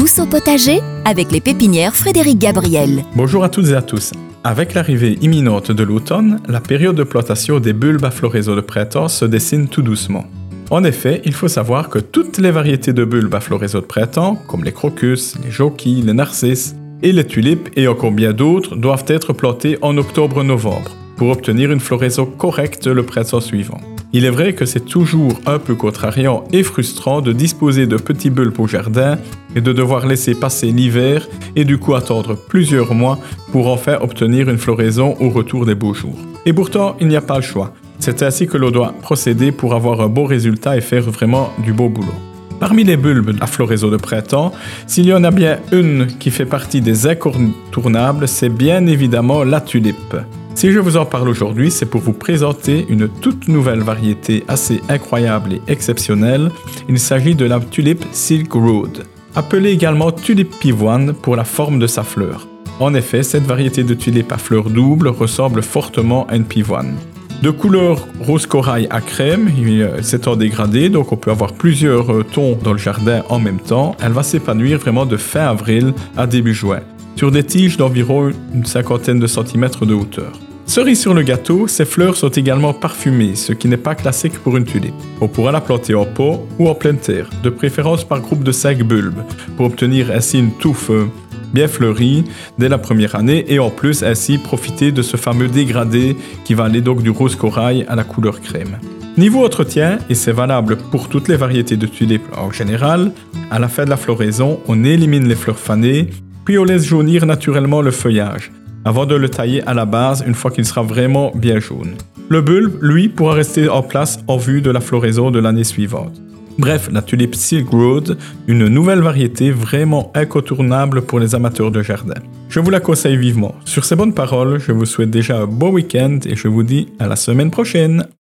douce au potager avec les pépinières Frédéric Gabriel. Bonjour à toutes et à tous. Avec l'arrivée imminente de l'automne, la période de plantation des bulbes à floraison de printemps se dessine tout doucement. En effet, il faut savoir que toutes les variétés de bulbes à floraison de printemps, comme les crocus, les jokis, les narcisses et les tulipes et encore bien d'autres, doivent être plantées en octobre-novembre pour obtenir une floraison correcte le printemps suivant. Il est vrai que c'est toujours un peu contrariant et frustrant de disposer de petits bulbes au jardin et de devoir laisser passer l'hiver et du coup attendre plusieurs mois pour enfin obtenir une floraison au retour des beaux jours. Et pourtant, il n'y a pas le choix. C'est ainsi que l'on doit procéder pour avoir un bon résultat et faire vraiment du beau boulot. Parmi les bulbes à floraison de printemps, s'il y en a bien une qui fait partie des incontournables, c'est bien évidemment la tulipe. Si je vous en parle aujourd'hui, c'est pour vous présenter une toute nouvelle variété assez incroyable et exceptionnelle. Il s'agit de la tulipe Silk Road, appelée également tulipe pivoine pour la forme de sa fleur. En effet, cette variété de tulipe à fleurs doubles ressemble fortement à une pivoine. De couleur rose corail à crème, c'est en dégradé, donc on peut avoir plusieurs tons dans le jardin en même temps. Elle va s'épanouir vraiment de fin avril à début juin, sur des tiges d'environ une cinquantaine de centimètres de hauteur. Cerise sur le gâteau, ces fleurs sont également parfumées, ce qui n'est pas classique pour une tulipe. On pourra la planter en pot ou en pleine terre, de préférence par groupe de 5 bulbes, pour obtenir ainsi une touffe bien fleurie dès la première année et en plus ainsi profiter de ce fameux dégradé qui va aller donc du rose corail à la couleur crème. Niveau entretien, et c'est valable pour toutes les variétés de tulipes en général, à la fin de la floraison, on élimine les fleurs fanées, puis on laisse jaunir naturellement le feuillage, avant de le tailler à la base une fois qu'il sera vraiment bien jaune. Le bulbe, lui, pourra rester en place en vue de la floraison de l'année suivante. Bref, la tulipe Silk Road, une nouvelle variété vraiment incontournable pour les amateurs de jardin. Je vous la conseille vivement. Sur ces bonnes paroles, je vous souhaite déjà un bon week-end et je vous dis à la semaine prochaine.